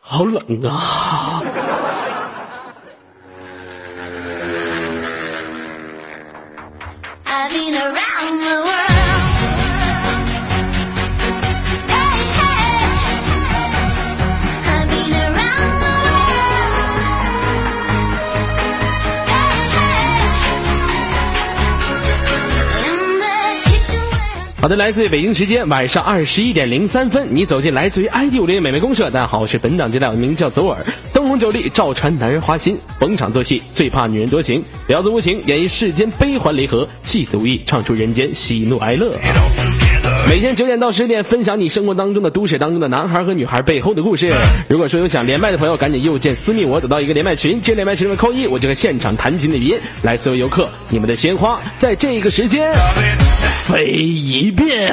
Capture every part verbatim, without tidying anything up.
好冷啊。 I've been around the world. 好的，来自于北京时间晚上二十一点零三分，你走进来自于 I D 五零美眉公社。大家好，我是本档接待，我名叫左耳，灯红酒绿，照穿男人花心，逢场作戏，最怕女人多情，婊子无情，演绎世间悲欢离合，戏子无意，唱出人间喜怒哀乐。每天九点到十点，分享你生活当中的都市当中的男孩和女孩背后的故事。如果说有想连麦的朋友，赶紧右键私密我，找到一个连麦群，接连麦群里面扣一，我就会现场弹琴的语音来所有游客，你们的鲜花在这个时间飞一遍。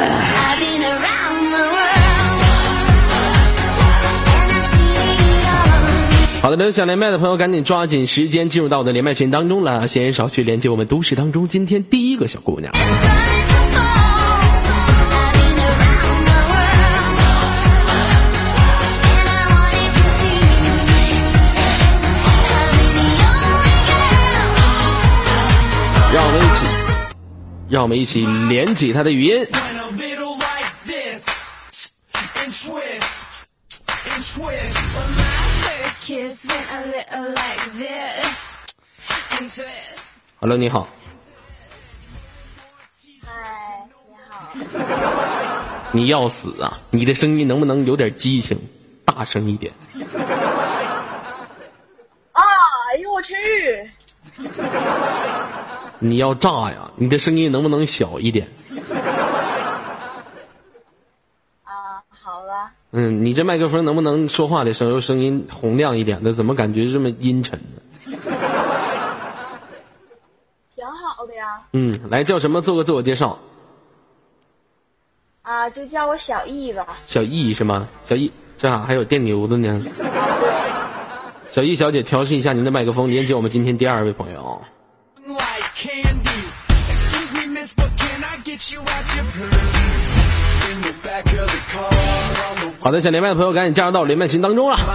好的，有想连麦的朋友赶紧抓紧时间进入到我的连麦群当中了，闲言少叙，连接我们都市当中今天第一个小姑娘。让我们一起让我们一起连起他的语音。Hello， 你好。 嗨，你好。 你要死啊！你的声音能不能有点激情，大声一点？ 啊！哎呦我去！ 你要炸呀！你的声音能不能小一点？ 啊，好了。 嗯，你这麦克风能不能说话的时候声音洪亮一点的？怎么感觉这么阴沉呢？ 挺好的呀。 嗯，来叫什么？做个自我介绍。 啊，就叫我小易吧。 小易是吗？小易，这还还有电牛的呢。小易小姐，调试一下您的麦克风，连接我们今天第二位朋友。好的，想连麦的朋友赶紧加入到连麦群当中了。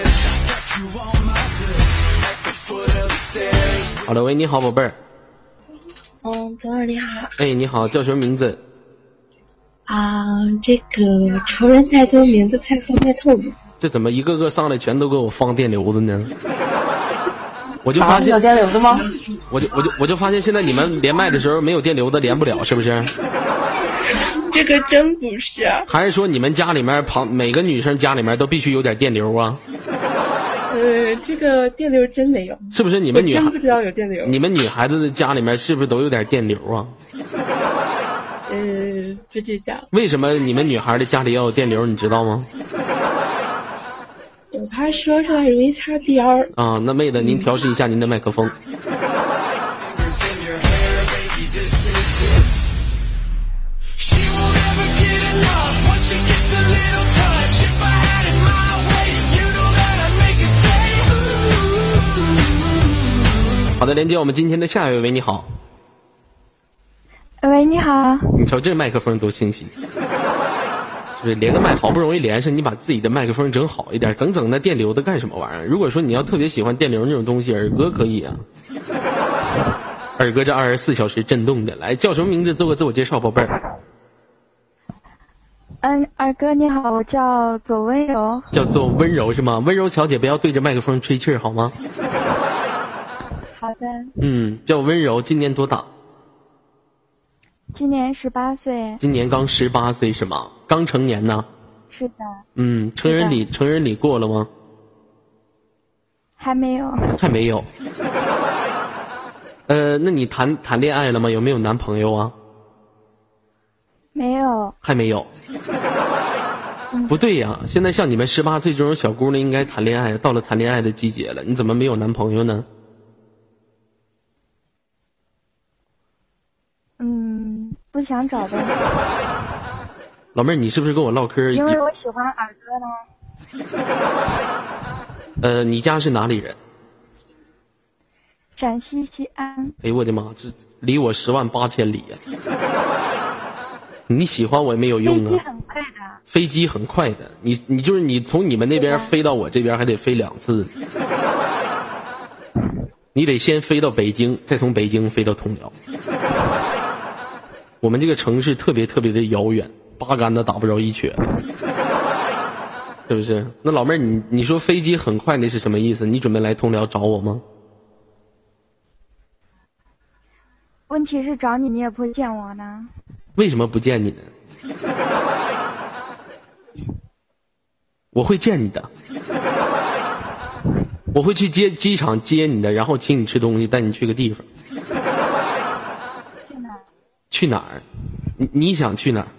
好的，喂，你好，宝贝儿。 嗯，左耳你好。 哎，你好，叫什么名字？ 啊，这个仇人太多，名字太方便透露。 这怎么一个个上来全都给我放电流子呢？我就发现、 啊、有电流的吗？ 我就我就我就发现现在你们连麦的时候没有电流的连不了，是不是？ 这个真不是。 还是说你们家里面旁每个女生家里面都必须有点电流啊？ 呃，这个电流真没有。 是不是你们女孩？ 真不知道有电流。 你们女孩子的家里面是不是都有点电流啊？ 呃，就这样。 为什么你们女孩的家里要有电流？你知道吗？ 我怕说出来容易擦边儿啊。那妹子，您调试一下您的麦克风。好的，连接我们今天的下一位。喂，你好。 喂，你好。 你瞅这麦克风多清晰。是连个麦好不容易连上，你把自己的麦克风整好一点，整整那电流的干什么玩意儿？如果说你要特别喜欢电流那种东西，耳哥可以啊。耳哥这二十四小时震动的，来叫什么名字？做个自我介绍，宝贝儿。 嗯，二哥你好，我叫左温柔。 叫做温柔是吗？温柔小姐不要对着麦克风吹气儿好吗？ 好的。 嗯，叫温柔，今年多大？ 今年十八岁。 今年刚十八岁是吗？刚成年呢？ 是的。 嗯，成人礼成人礼过了吗？ 还没有。 还没有。呃，那你谈谈恋爱了吗？有没有男朋友啊？ 没有。 还没有。不对呀，现在像你们十八岁这种小姑娘应该谈恋爱，到了谈恋爱的季节了，你怎么没有男朋友呢？ 嗯，不想找的。 老妹儿，你是不是跟我唠嗑？ 因为我喜欢耳哥呢。 呃，你家是哪里人？ 陕西西安。 哎呦我的妈，这离我十万八千里呀、啊！你喜欢我也没有用啊。 飞机很贵的。 飞机很快的，你你就是你从你们那边飞到我这边还得飞两次，你得先飞到北京，再从北京飞到通辽。我们这个城市特别特别的遥远，八竿子打不着一瘸，是不是？那老妹儿，你你说飞机很快那是什么意思？你准备来通辽找我吗？ 问题是找你，你也不会见我呢。 为什么不见你呢？我会见你的，我会去接机场接你的，然后请你吃东西，带你去个地方。 去哪儿？ 去哪儿？你你想去哪儿？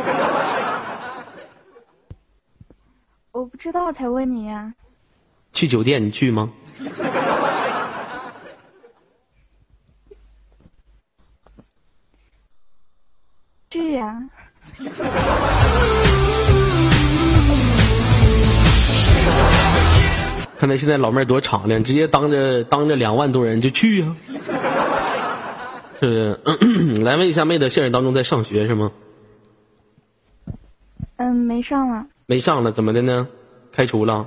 我不知道才问你呀。 去酒店你去吗？ 去呀。 看来现在老妹儿多敞亮，直接当着当着两万多人就去呀、啊，是不是？来问一下妹子，现实当中在上学是吗？ 嗯，没上了。 没上了，怎么的呢？开除了？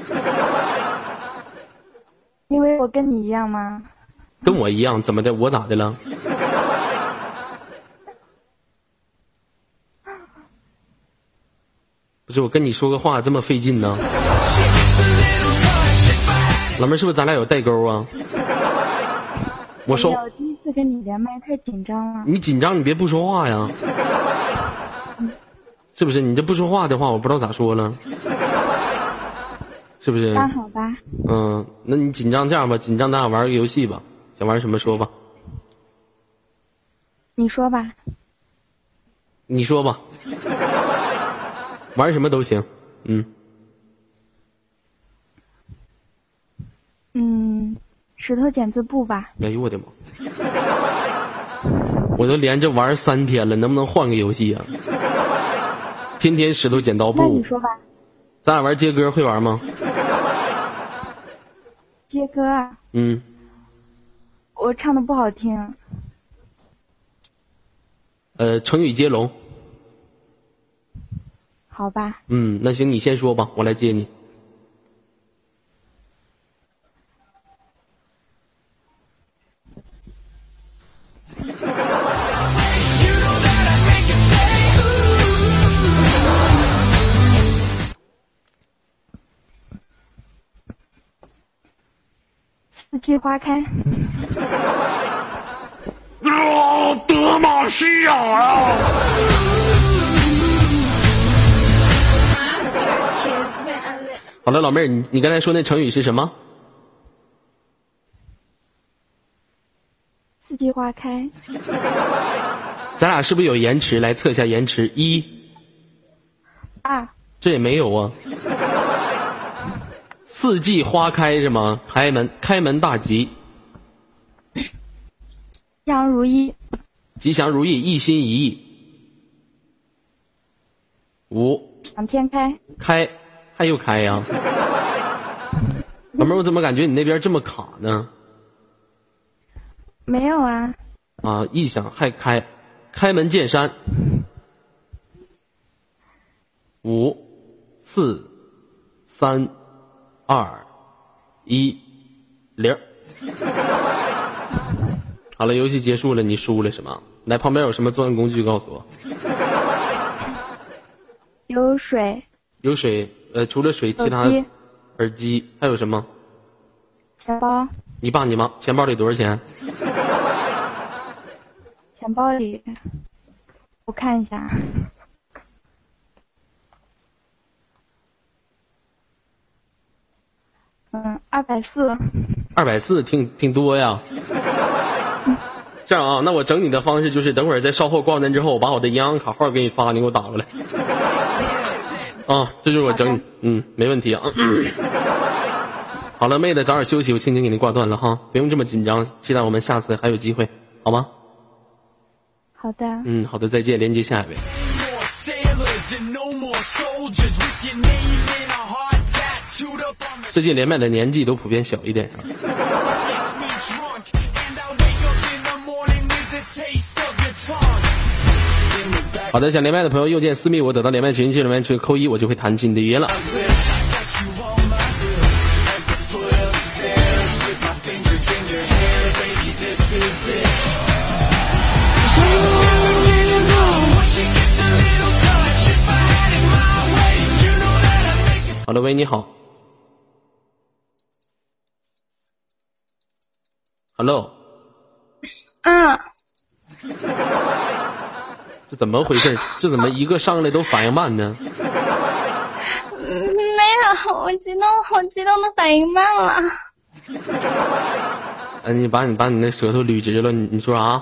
因为我跟你一样吗？ 跟我一样，怎么的？我咋的了？不是我跟你说个话这么费劲呢？老妹儿，是不是咱俩有代沟啊？我说， 我第一次跟你连麦太紧张了。 你紧张你别不说话呀，是不是？你这不说话的话，我不知道咋说了，是不是？ 那好吧。 嗯，那你紧张这样吧，紧张咱俩玩个游戏吧，想玩什么说吧。 你说吧。 你说吧。玩什么都行，嗯。 嗯，石头剪子布吧。 哎呦我的妈！我都连着玩三天了，能不能换个游戏啊？天天石头剪刀布。 那你说吧。 咱俩玩接歌会玩吗？ 接歌啊？ 嗯。 我唱的不好听。 呃，成语接龙。 好吧。 嗯，那行，你先说吧，我来接你。 四季花开。 啊，德玛西亚啊！好了，老妹儿，你你刚才说那成语是什么？ 四季花开。 咱俩是不是有延迟？来测一下延迟。一、 二。 这也没有啊。四季花开是吗？开门开门大吉。 吉祥如意。 吉祥如意，一心一意。五。 仰天开。 开。还又开呀、啊，老妹儿，我怎么感觉你那边这么卡呢？ 没有啊。 啊，异想还开，开门见山。五、四、三、二、一、零。好了，游戏结束了，你输了是吗？来，旁边有什么作案工具？告诉我。 有水。 有水。呃，除了水，其他耳机还有什么？ 钱包。 你爸你妈钱包里多少钱？ 钱包里，我看一下。嗯，二百四。 二百四，挺挺多呀。这样啊，那我整你的方式就是，等会儿在稍后挂完之后，我把我的银行卡号给你发，你给我打过来。啊，这就是我整你，嗯，没问题啊。好了，妹子，早点休息，我轻轻给你挂断了哈，不用这么紧张，期待我们下次还有机会，好吗？ 好的。 嗯，好的，再见，连接下一位。最近连麦的年纪都普遍小一点啊。 好的，想连麦的朋友右键私密我，得到连麦群，进连麦群扣一，我就会弹起你的语音了。好的，喂，你好。Hello。 啊。 这怎么回事？这怎么一个上来都反应慢呢？ 嗯，没有，我激动，我激动的反应慢了。 哎，你把你把你那舌头捋直了，你你说啥？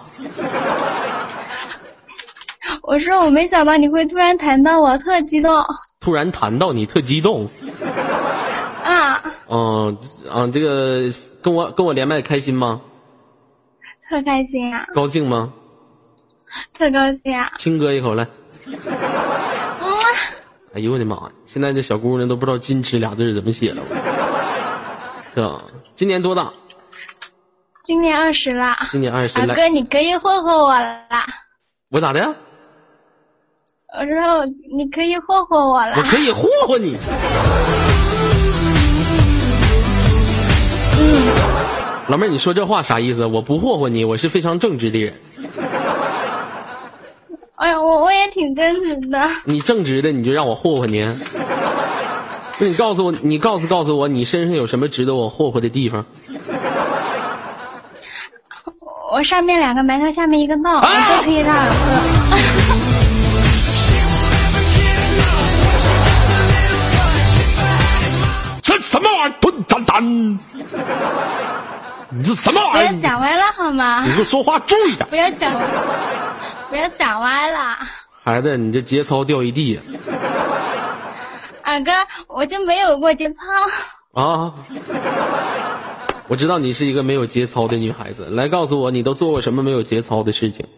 我说我没想到你会突然弹到我，特激动。 突然弹到你，特激动。 啊。 哦、嗯、啊，这个跟我跟我连麦开心吗？ 特开心啊。 高兴吗？ 特高兴啊。 亲哥一口来。 嗯。 哎呦我的妈呀！现在这小姑娘都不知道矜持俩字怎么写了。是吧？今年多大？ 今年二十了。 今年二十了。 大哥，你可以霍霍我了。 我咋的？ 我说你可以霍霍我了。 我可以霍霍你。 嗯。 老妹儿，你说这话啥意思？我不霍霍你，我是非常正直的人。 哎呀，我我也挺正直的。你正直的，你就让我霍霍你？那你告诉我，你告诉告诉我，你身上有什么值得我霍霍的地方？ 我上面两个馒头，下面一个洞，啊、我都可以让人喝。 这什么玩意儿？滚蛋蛋！你这什么玩意儿？ 不要想歪了好吗？ 你给我说话注意点。 不要想，不要想歪了。 孩子，你这节操掉一地呀！ 二哥，我就没有过节操啊！我知道你是一个没有节操的女孩子，来告诉我，你都做过什么没有节操的事情？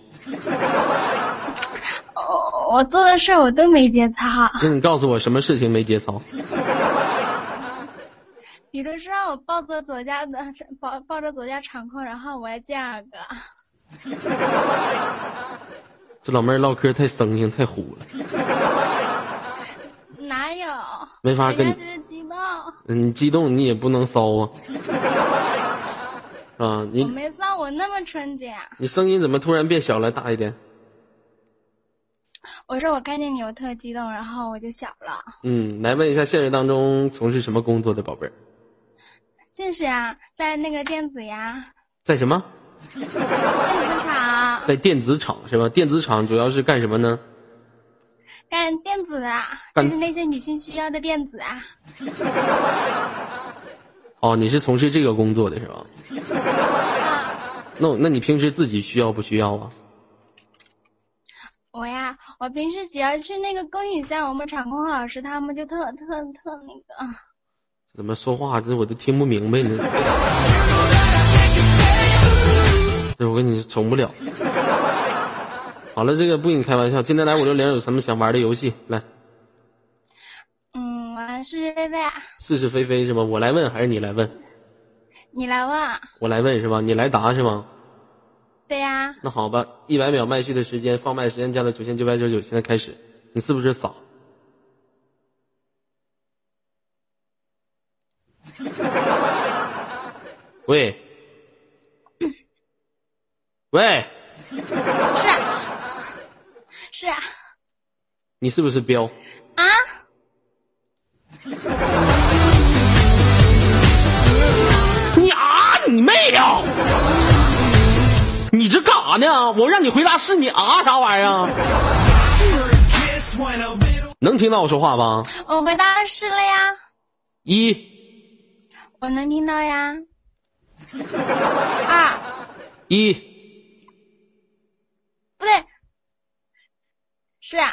我我做的事我都没节操。 那你告诉我什么事情没节操？ 比如说我抱着左家的抱抱着左家长裤，然后我要见二哥。 这老妹儿唠嗑太生硬，太虎了。 哪有？ 没法跟你。 就是激动。 嗯，你激动你也不能骚啊。啊，你我没骚，我那么纯洁。 你声音怎么突然变小了？大一点。 我说我看见你，我特激动，然后我就小了。 嗯，来问一下，现实当中从事什么工作的宝贝儿？ 现实啊，在那个电子呀。 在什么？ 电子厂。 在电子厂是吧？电子厂主要是干什么呢？ 干电子啊，就是那些女性需要的电子啊。 哦，你是从事这个工作的是吧？ 啊。 那那你平时自己需要不需要啊？ 我呀，我平时只要去那个供应箱，我们场控老师他们就特特特那个。 怎么说话这我都听不明白呢？这我跟你宠不了。好了，这个不跟你开玩笑。今天来五六零有什么想玩的游戏？来。 嗯，玩是是非非啊。 是是非非是吧？我来问还是你来问？ 你来问。 我来问是吧？你来答是吗？ 对呀。 那好吧，一百秒麦序的时间，放麦时间加到九千九百九十九，现在开始。你是不是傻？喂。喂。 是啊。是啊。 你是不是彪？ 啊？ 你啊你妹呀！你这干啥呢？我让你回答是你啊啥玩意儿啊？能听到我说话吧？ 我回答是了呀。 一。 我能听到呀。二。 一。 不对。是啊。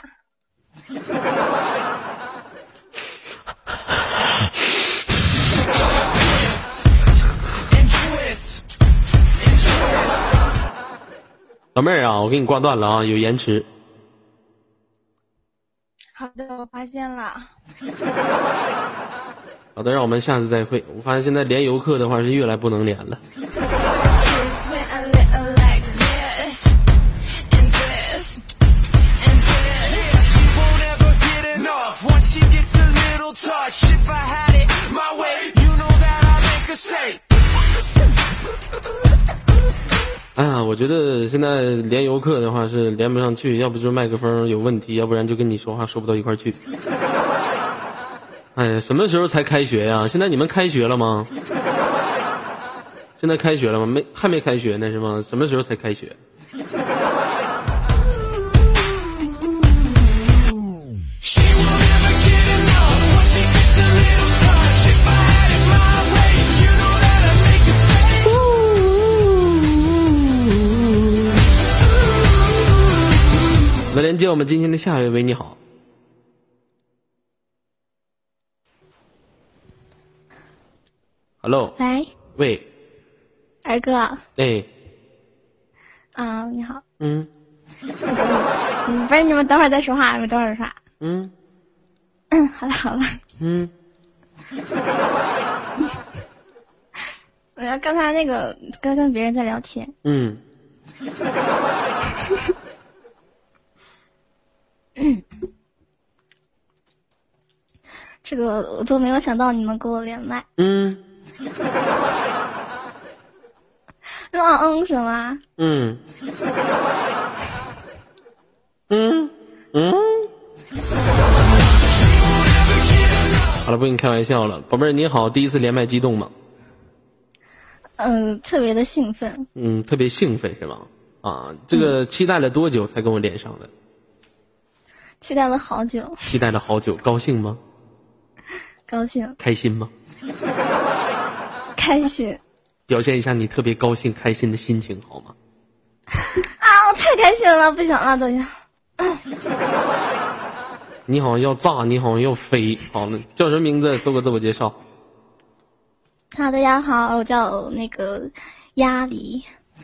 老妹儿啊，我给你挂断了啊，有延迟。 好的，我发现了。 好的，让我们下次再会。我发现现在连游客的话是越来不能连了。 哎呀，我觉得现在连游客的话是连不上去，要不就是麦克风有问题，要不然就跟你说话说不到一块儿去。哎呀，什么时候才开学呀？现在你们开学了吗？现在开学了吗？没，还没开学呢是吗？什么时候才开学？来连接我们今天的下一位，你好。Hello。 喂。 喂。 儿哥。 哎。 啊，你好。 嗯。 嗯，不是，你们等会儿再说话，你们等会儿说话。 嗯。 嗯，好了好了。 嗯。 我要刚才那个刚跟别人在聊天。 嗯。 嗯，这个我都没有想到你能跟我连麦。 嗯。 嗯嗯什么？ 嗯。嗯嗯。好了，不跟你开玩笑了，宝贝儿你好，第一次连麦激动吗？ 嗯、呃，特别的兴奋。 嗯，特别兴奋是吧？啊，这个期待了多久才跟我连上的？ 期待了好久。 期待了好久，高兴吗？ 高兴。 开心吗？ 开心。 表现一下你特别高兴、开心的心情好吗？ 啊，我太开心了，不行了，都行。 你好像要炸，你好像要飞。好了，叫什么名字？做个自我介绍。 好，大家好，我叫那个鸭梨。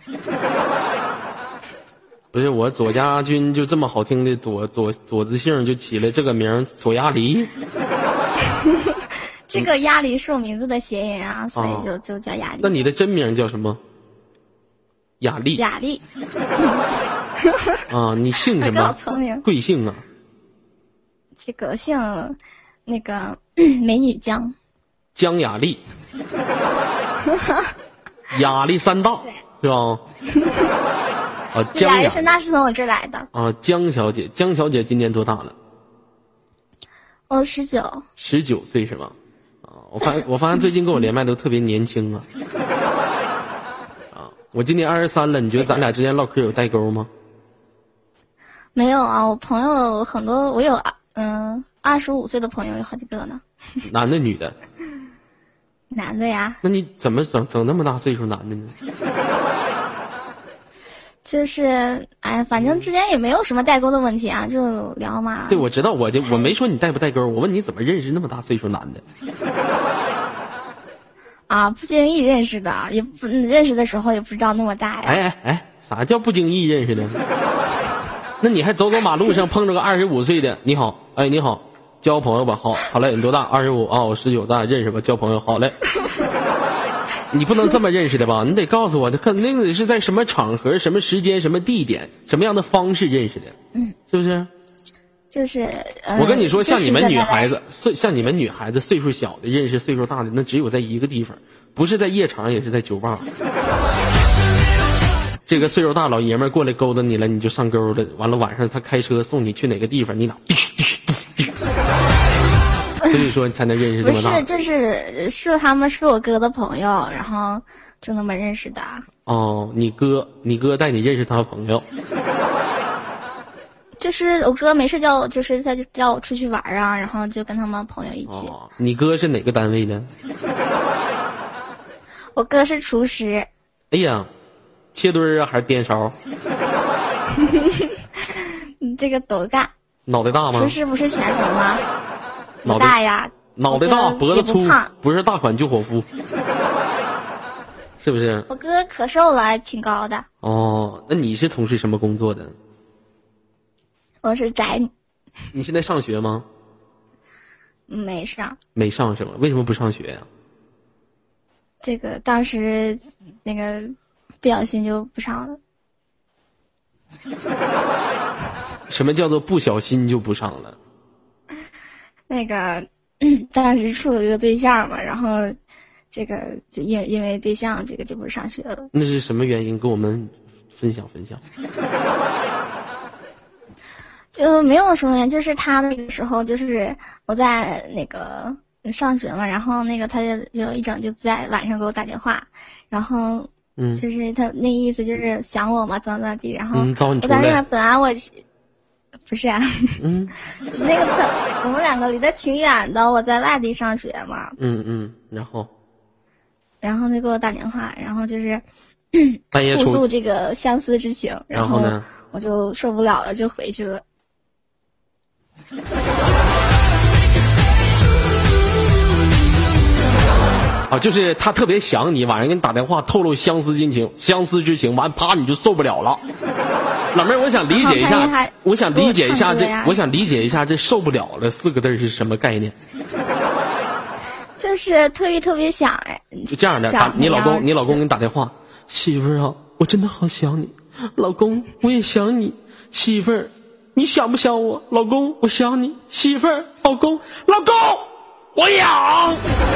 不是我左家军就这么好听的左左左字姓就起了这个名左鸭梨。 这个鸭梨是我名字的谐音啊，所以就、哦、就叫鸭梨。 那你的真名叫什么？雅丽。 雅丽。 啊，你姓什么？ 好聪明。 贵姓啊？ 这个姓那个美女江。 江雅丽。雅丽山大是吧？啊，江雅丽山大是从我这来的。 啊，江小姐，江小姐今年多大了？ 我十九。 十九岁是吗？啊，我发我发现最近跟我连麦都特别年轻啊。啊，我今年二十三了，你觉得咱俩之间唠嗑有代沟吗？ 没有啊，我朋友很多，我有嗯二十五岁的朋友有好几个呢。 男的女的？ 男的呀。 那你怎么整整那么大岁数男的呢？ 就是哎，反正之间也没有什么代沟的问题啊，就聊嘛。 对，我知道，我就我没说你代不代沟，我问你怎么认识那么大岁数男的。 啊，不经意认识的，也不认识的时候也不知道那么大呀。 哎哎哎，啥叫不经意认识的？那你还走走马路上碰着个二十五岁的，你好，哎你好，交朋友吧，好，好嘞，你多大？二十五啊，我十九，咱俩认识吧，交朋友，好嘞。你不能这么认识的吧？你得告诉我，看那个是在什么场合、什么时间、什么地点、什么样的方式认识的， 嗯， 是不是？ 就是、呃、 我跟你说，像你们女孩子，岁像你们女孩子岁数小的认识岁数大的，那只有在一个地方，不是在夜场，也是在酒吧。这个岁数大老爷们过来勾搭你了，你就上钩了。完了晚上他开车送你去哪个地方，你俩。所以说你才能认识这么大。 不是，就是是他们是我哥的朋友，然后就那么认识的。 哦，你哥，你哥带你认识他的朋友。 就是我哥没事叫我，就是他就叫我出去玩啊，然后就跟他们朋友一起。 哦，你哥是哪个单位的？ 我哥是厨师。 哎呀，切墩儿啊还是颠勺？ 你这个都干。 脑袋大吗？ 厨师不是全能吗？ 脑大呀， 脑袋大，脖子粗，不是大款就伙夫，是不是？ 我哥可瘦了，还挺高的。 哦，那你是从事什么工作的？ 我是宅女。 你现在上学吗？ 没上。 没上是吗？为什么不上学呀？ 这个当时那个不小心就不上了。什么叫做不小心就不上了？ 那个当时处了一个对象嘛，然后这个就因因为对象这个就不上学了。 那是什么原因？跟我们分享分享。 就没有什么原因，就是他那个时候就是我在那个上学嘛，然后那个他就就一整就在晚上给我打电话，然后嗯， 就是他那意思就是想我嘛，怎么怎么地，然后嗯，找你我在那出来边本来我不是啊， 嗯， 那个他我们两个离得挺远的，我在外地上学嘛， 嗯嗯，然后然后就给我打电话，然后就是半夜出， 互诉这个相思之情，后然呢， 我就受不了了，就回去了。 啊，就是他特别想你，晚上给你打电话透露相思之情，相思之情，完啪你就受不了了。老妹儿，我想理解一下，我想理解一下这，我想理解一下这受不了了四个字是什么概念？ 就是特别特别想哎， 就这样的，打你老公，你老公给你打电话，媳妇儿啊，我真的好想你，老公我也想你，媳妇儿。你想不想我？老公，我想你。媳妇儿，老公，老公，我痒。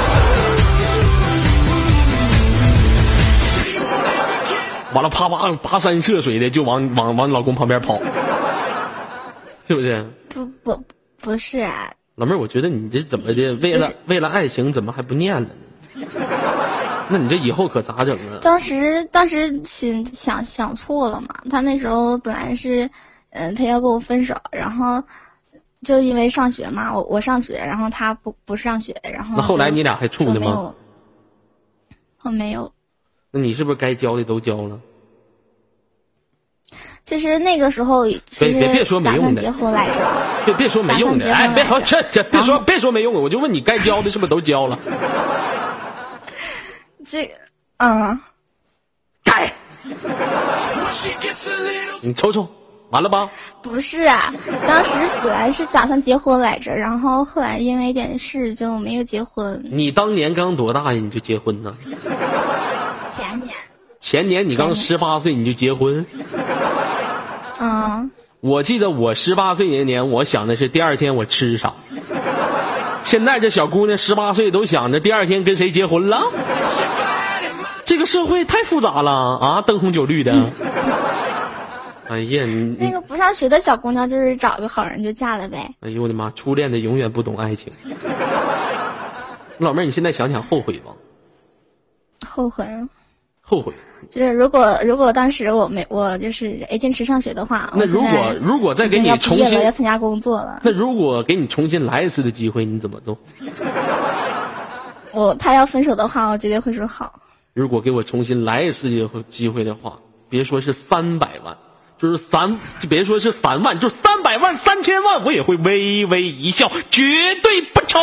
完了，啪啪跋山涉水的就往往往老公旁边跑，是不是？ 不不不是啊， 老妹儿，我觉得你这怎么的？为了、就是、为了爱情，怎么还不念了呢？那你这以后可咋整啊？ 当时当时心想想错了嘛，他那时候本来是。嗯，他要跟我分手，然后就因为上学嘛，我我上学，然后他不不上学，然后那后来你俩还处呢吗？ 我没有。 那你是不是该交的都交了？ 其实那个时候， 别别别说没用的， 结婚来着。 别别说没用的，哎，别好这这别说别说没用的，我就问你该交的是不是都交了？ 这，嗯， 该。你瞅瞅。完了吧？ 不是啊，当时本来是打算结婚来着，然后后来因为一点事就没有结婚。 你当年刚多大呀？你就结婚呢？ 前年。 前年你刚十八岁你就结婚？ 嗯。 我记得我十八岁那年，我想的是第二天我吃啥。现在这小姑娘十八岁都想着第二天跟谁结婚了。这个社会太复杂了啊，灯红酒绿的。哎呀，你那个不上学的小姑娘就是找个好人就嫁了呗。 哎呦我的妈，初恋的永远不懂爱情。老妹儿，你现在想想后悔吧？ 后悔。 后悔。 就是如果如果当时我没我就是哎坚持上学的话， 那如果如果再给你重新要参加工作了， 那如果给你重新来一次的机会，你怎么做？ 我他要分手的话，我绝对会说好。 如果给我重新来一次机会的话，别说是三百万。就是三，就别说是三万，就三百万、三千万，我也会微微一笑，绝对不抽，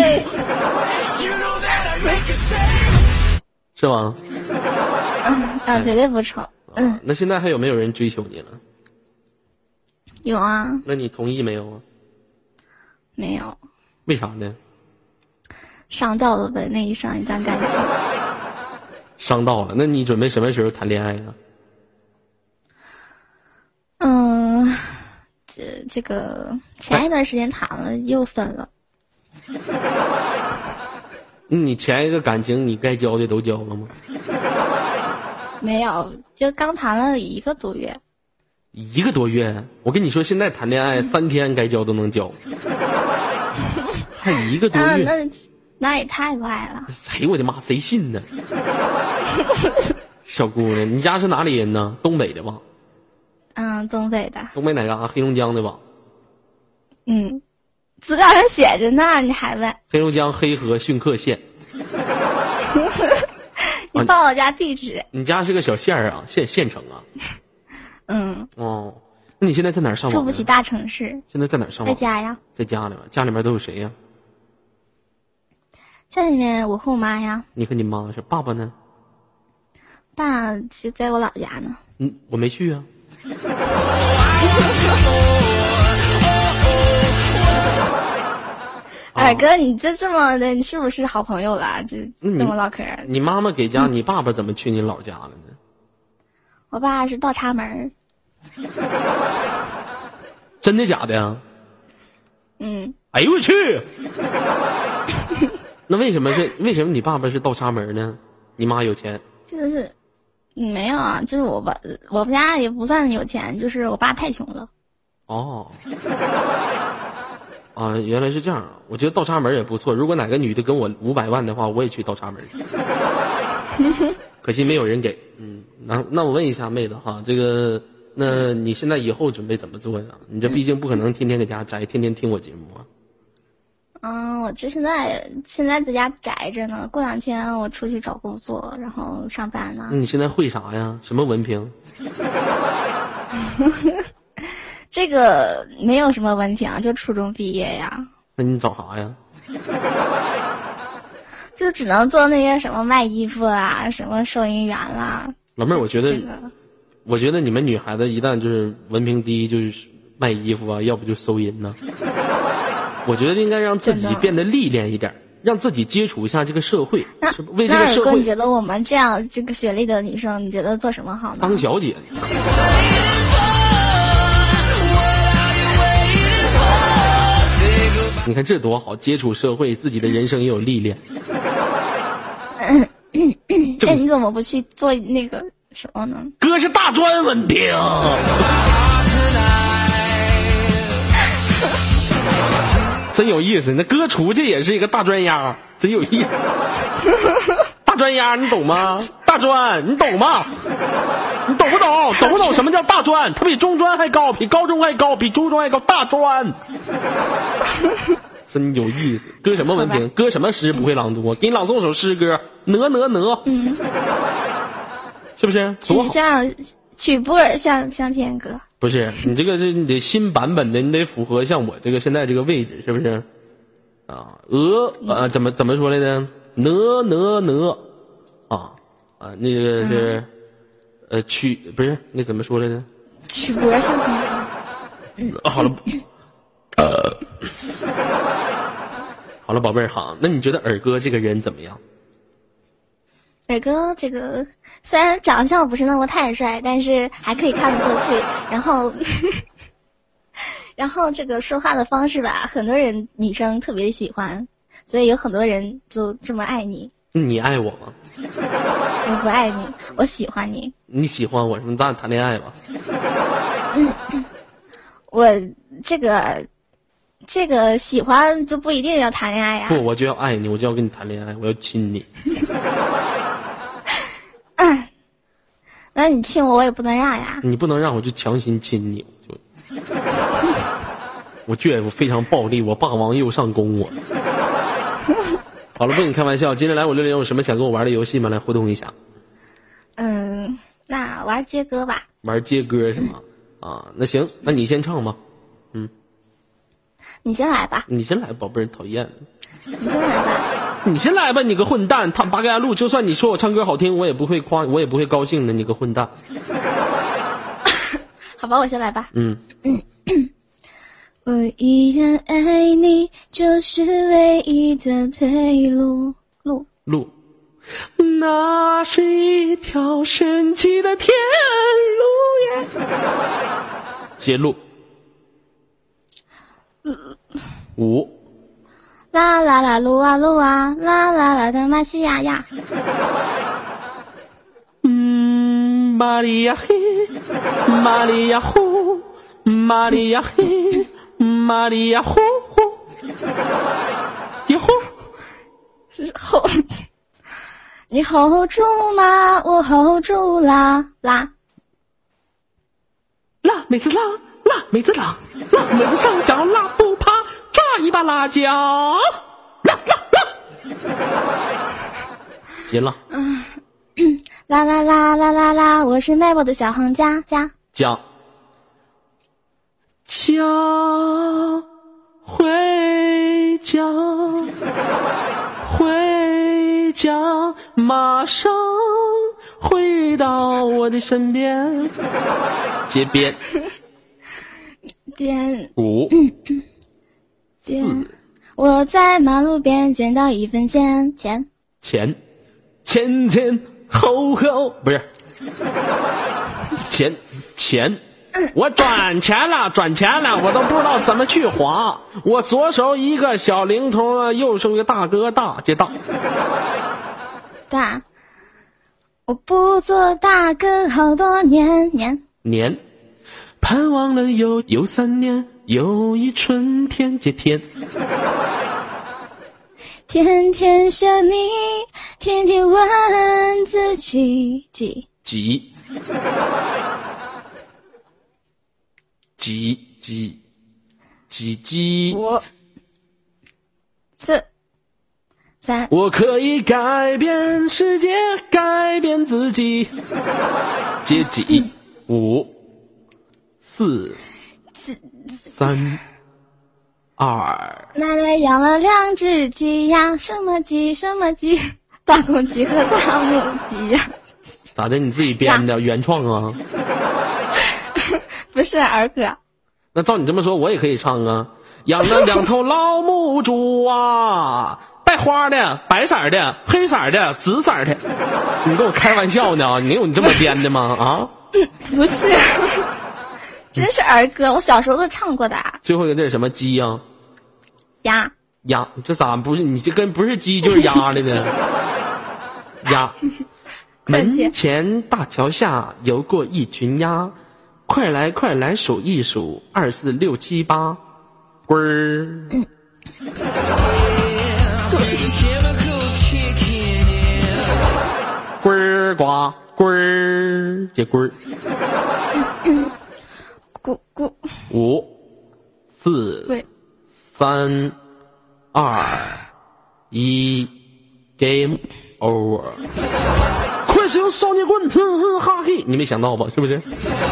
是吗？ 嗯，啊，绝对不抽。嗯、 啊，那现在还有没有人追求你了？ 有啊。 那你同意没有啊？ 没有。 为啥呢？ 伤到了呗，那一上一段感情。 伤到了，那你准备什么时候谈恋爱啊？ 嗯，这这个前一段时间谈了又分了。 你前一个感情你该交的都交了吗？ 没有，就刚谈了一个多月。 一个多月？我跟你说，现在谈恋爱三天该交都能交，还一个多月？ 啊、那那也太快了！ 哎呦我的妈，谁信呢？小姑娘，你家是哪里人呢？东北的吧？ 嗯，东北的。 东北哪嘎？黑龙江的吧？ 嗯，资料上写着呢，你还问？ 黑龙江黑河浚克县。 你报我家地址、 啊？你家是个小县儿啊，县县城啊？ 嗯。 哦，那你现在在哪儿上网？ 住不起大城市。 现在在哪儿上网？ 在家呀。 在家里面，家里面都有谁呀？ 家里面我和我妈呀。 你和你妈是？爸爸呢？ 爸就在我老家呢。 嗯，我没去啊。 二哥，你这这么的，你是不是好朋友了？这这么唠嗑。 你妈妈给家，你爸爸怎么去你老家了呢？ 我爸是倒插门。 真的假的呀？ 嗯。 哎呦我去！ 那为什么是为什么你爸爸是倒插门呢？你妈有钱？ 就是没有啊，就是我爸我们家也不算有钱，就是我爸太穷了。 哦，啊，原来是这样啊！我觉得倒插门也不错。如果哪个女的跟我五百万的话，我也去倒插门。可惜没有人给。嗯，那那我问一下妹子哈，这个，那你现在以后准备怎么做呀？你这毕竟不可能天天搁家宅，天天听我节目啊。 嗯，我这现在现在在家宅着呢，过两天我出去找工作，然后上班呢。 那你现在会啥呀？什么文凭？ 这个没有什么文凭，就初中毕业呀。 那你找啥呀？ 就只能做那些什么卖衣服啦，什么收银员啦。 老妹儿，我觉得， 这个、 我觉得你们女孩子一旦就是文凭低，就是卖衣服啊，要不就收银呢。我觉得应该让自己变得历练一点，让自己接触一下这个社会， 那为这个社会。 你觉得我们这样这个学历的女生，你觉得做什么好呢？ 当小姐。你看这多好，接触社会，自己的人生也有历练。 那你怎么不去做那个什么呢？ 哥是大专文凭。真有意思，那哥出去也是一个大专鸭，真有意思。大专鸭，你懂吗？大专，你懂吗？你懂不懂？懂不懂什么叫大专？它比中专还高，比高中还高，比初中还高，大专。真有意思。哥什么文凭？哥什么诗不会朗读？给你朗诵首诗歌，哪哪哪，嗯，是不是？ 曲项曲波尔向向天歌。 不是，你这个是你得新版本的，你得符合像我这个现在这个位置，是不是？啊，鹅啊，怎么怎么说来着？哪哪哪，啊啊，那个是、嗯、呃曲不是那怎么说来着？ 曲波向天歌。 嗯，好了，呃，好了，宝贝儿，好，那你觉得尔哥这个人怎么样？ 尔哥这个虽然长相不是那么太帅，但是还可以看得过去。然后，然后这个说话的方式吧，很多人女生特别喜欢，所以有很多人就这么爱你。 你爱我吗？ 我不爱你，我喜欢你。 你喜欢我，那咱俩谈恋爱吧。 嗯，我这个这个喜欢就不一定要谈恋爱呀、啊。 不，我就要爱你，我就要跟你谈恋爱，我要亲你。 嗯，那你亲我，我也不能让呀。 你不能让我就强行亲你，我就我倔，我非常暴力，我霸王又上攻我。好了，不跟你开玩笑，今天来我这里有什么想跟我玩的游戏吗？来互动一下。 嗯，那玩接歌吧。 玩接歌是吗？啊，那行，那你先唱吧。嗯， 你先来吧。 你先来，宝贝儿，讨厌。 你先来吧。 你先来吧，你个混蛋！他八嘎路，就算你说我唱歌好听，我也不会夸，我也不会高兴的，你个混蛋。 好吧，我先来吧。 嗯。 我依然爱你，就是唯一的退路。路路，那是一条神奇的天路呀。接路。五。 啦啦啦噜啊噜啊，啦啦啦的马西亚呀。 嗯，玛利亚嘿，玛利亚呼，玛利亚嘿，玛利亚呼呼，呀呼， 吼，你 hold 住吗？我 hold 住啦啦啦，每次啦啦，每次啦啦，每次上脚啦不怕。抓一把辣椒，啦啦啦，行了。 嗯，啦啦啦啦啦啦，我是 Mabel 的小行家家家家回家回家，马上回到我的身边。接边边五。 边，我在马路边捡到一分钱钱钱前前后后不是前前我转钱了，转钱了，我都不知道怎么去花。我左手一个小灵通啊，右手一个大哥大，接大。 大，我不做大哥好多年年年，盼望了又又三年，又一春天接天。 天天想你，天天问自己几几几几几几五四三， 我可以改变世界，改变自己。接几五四三二。 奶奶养了两只鸡呀，什么鸡什么鸡，大公鸡和大母鸡呀。 咋的？你自己编的原创啊？ 不是儿歌。 那照你这么说，我也可以唱啊。养了两头老母猪啊，带花的、白色的、黑色的、紫色的。你跟我开玩笑呢？你有你这么编的吗？啊？ 不是，真是儿歌，我小时候都唱过的。 最后一个字是什么？鸡呀、啊？ 鸭。 鸭？这咋不是？你这跟不是鸡就是鸭的呢？鸭。门前大桥下游过一群鸭，快来快来数一数，二四六七八，滚儿。嗯滚儿呱滚儿，接滚儿。 咕咕。 五四三二一 ，Game over。快使用少年棍，哼哼哈嘿！你没想到吧？是不是？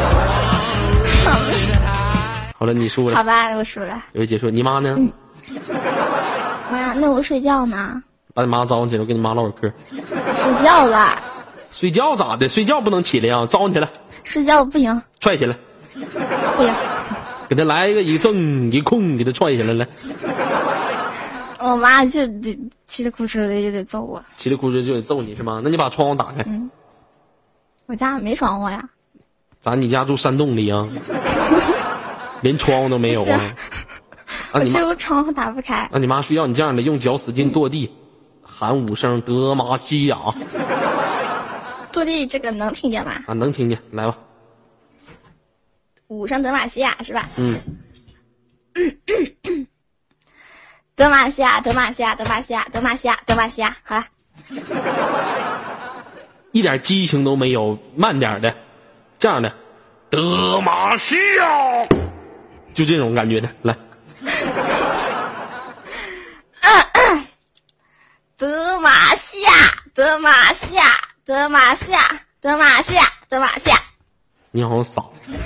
好了，你输了。 好吧，我输了。 有位姐说：“你妈呢？” 嗯、妈，那我睡觉呢。 把你妈招起来，我跟你妈唠会儿嗑。 睡觉了。 睡觉咋的？睡觉不能起来啊！招你起来。 睡觉不行。 踹起来。 不行。 给他来一个一正一空，给他踹起来来。 我妈就得气得哭哧的，就得揍我。 气得哭哧就得揍你是吗？那你把窗户打开。 嗯。我家没窗户呀。 咋？你家住山洞里啊？连窗户都没有啊？ 我只有窗户打不开。 那你妈睡觉你这样的，用脚使劲跺地，喊五声德玛西亚。 跺地这个能听见吗？ 啊，能听见，来吧。 五声德玛西亚是吧？ 嗯。 德玛西亚，德玛西亚，德玛西亚，德玛西亚，德玛西亚，好了。 一点激情都没有，慢点的，这样的，德玛西亚，就这种感觉的，来。 德玛西亚，德玛西亚，德玛西亚，德玛西亚，德玛西亚。 你好傻。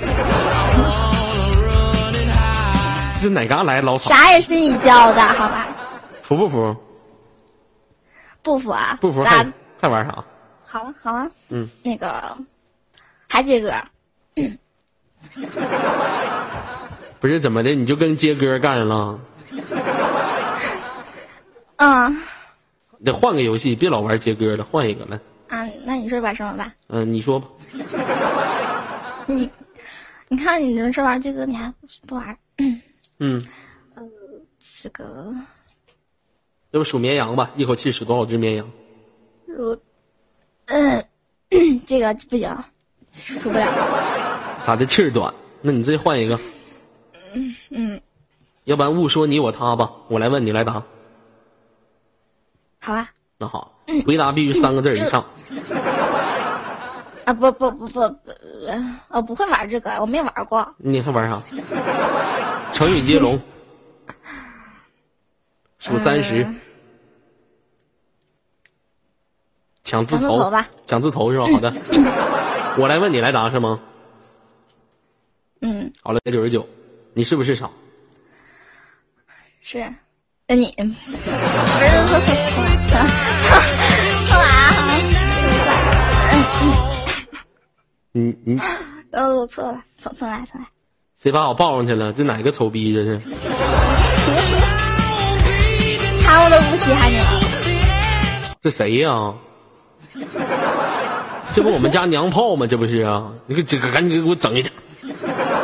这是哪嘎来老傻？ 啥也是你教的，好吧？ 服不服？ 不服啊！ 不服还还玩啥？ 好啊，好啊。 嗯， 那个还接歌。 不是怎么的？你就跟接歌干上了？ 嗯。 得换个游戏，别老玩接歌了，换一个来。 啊，那你说玩什么吧？ 嗯、呃，你说吧。 你，你看你这说玩这个，你还不玩？ 嗯。 呃，这个。 要不数绵羊吧？一口气数多少只绵羊？ 我，嗯，这个不行，数不了。 咋的？气儿短？那你再换一个。 嗯嗯。 要不然误说你我他吧，我来问你来答。 好啊。 那好，回答必须三个字以上。 啊不不不不不，我不会玩这个，我没玩过。 你还玩啥？成语接龙。数三十。嗯、抢字头。 抢字头吧。 抢字头是吧？好的。我来问你来答是吗？ 嗯。 好了，九十九，你是不是傻？ 是。那你不是错错错错啊！ 嗯嗯。 呃，我错了，重重来重来。 谁把我抱上去了？这哪个丑逼这是？ 看我都不稀罕你了。 这谁呀、啊？这不我们家娘炮吗？这不是啊？你这个赶紧给我整一点。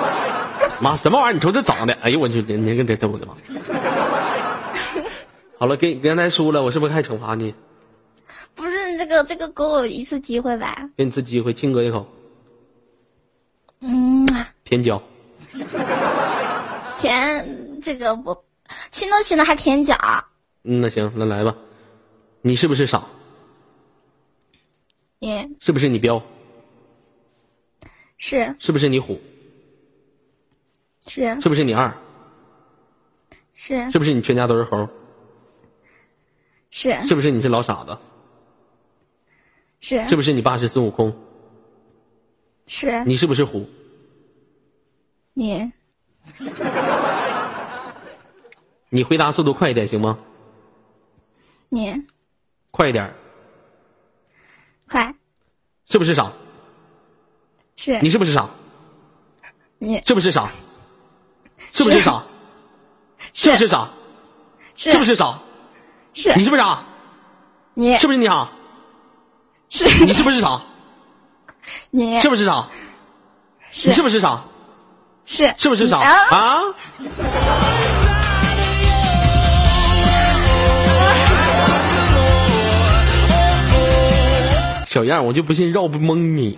妈，什么玩意儿？你瞅这长得，哎呦我去，你个这逗的吗？好了，给刚才输了，我是不是还惩罚你？ 不是这个这个给我一次机会吧？ 给你次机会，亲哥一口。 嗯， 舔脚。 舔这个我亲都亲了还舔脚。 嗯，那行，那来吧。你是不是傻？ 你是不是你彪？ 是是不是你虎？ 是是不是你二？ 是是不是你全家都是猴？ 是是不是你是老傻子？ 是是不是你爸是孙悟空？ 是你是不是虎？ 你你回答速度快一点行吗？ 你快一点。 快是不是傻？ 是你是不是傻？ 你是不是傻？是不是傻？是不是傻？ 是是不是傻？ 是你是不是傻？ 你是不是你傻？ 是你是不是傻？ 你是不是傻？ 是你是不是傻？ 是是不是傻？ 你啊啊？小样，我就不信绕不蒙你。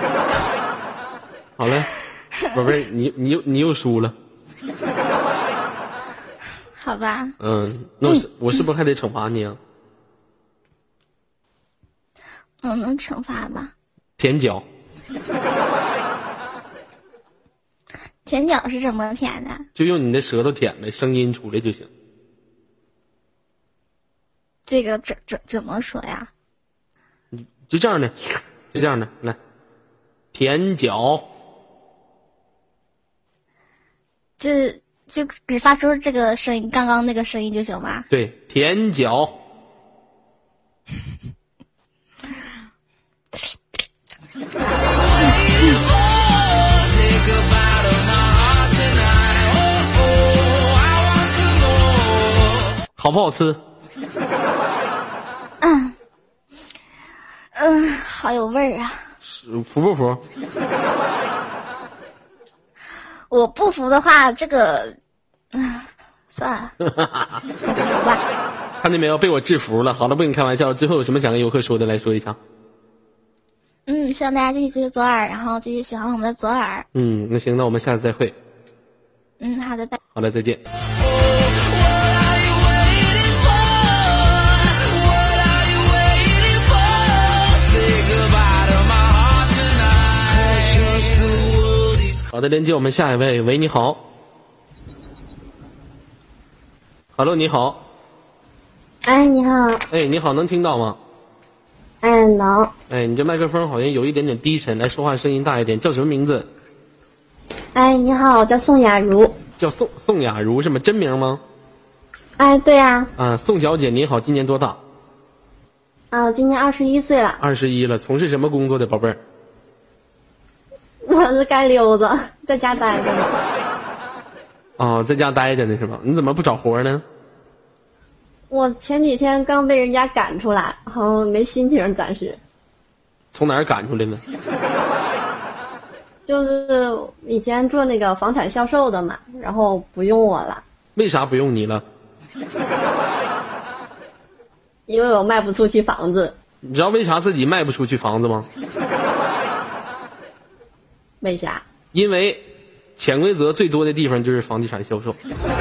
好了，宝贝儿，你你又你又输了。 好吧， 嗯，那我是、嗯、我是不是还得惩罚你啊？ 我能惩罚吧？ 舔脚。 舔脚是怎么舔的？ 就用你的舌头舔呗，声音出来就行。 这个怎怎怎么说呀？ 就这样的，就这样的，来，舔脚。 这就只发出这个声音，刚刚那个声音就行吗？ 对，舔脚。好不好吃？ 嗯嗯，好有味儿啊！ 服不服？ 我不服的话，这个，嗯，算了，不服吧。 看见没有，被我制服了。好了，不跟你开玩笑。最后有什么想跟游客说的，来说一下。 嗯，希望大家继续支持左耳，然后继续喜欢我们的左耳。 嗯，那行，那我们下次再会。 嗯，好的，拜。 好了，再见。好的，连接我们下一位。喂，你好。Hello， 你好。 哎，你好。 哎，你好，能听到吗？ 哎，能。 哎，你这麦克风好像有一点点低沉，来说话声音大一点。叫什么名字？ 哎，你好，我叫宋雅茹。 叫宋宋雅茹是吗？真名吗？ 哎，对呀、 啊。啊，宋小姐你好，今年多大？ 啊，我今年二十一岁了。 二十一了，从事什么工作的宝贝儿？ 我是街溜子，在家待着呢。 哦，在家待着呢是吧？你怎么不找活呢？ 我前几天刚被人家赶出来，然后没心情，暂时。 从哪儿赶出来呢？ 就是以前做那个房产销售的嘛，然后不用我了。 为啥不用你了？ 因为我卖不出去房子。 你知道为啥自己卖不出去房子吗？ 为啥？ 因为潜规则最多的地方就是房地产销售。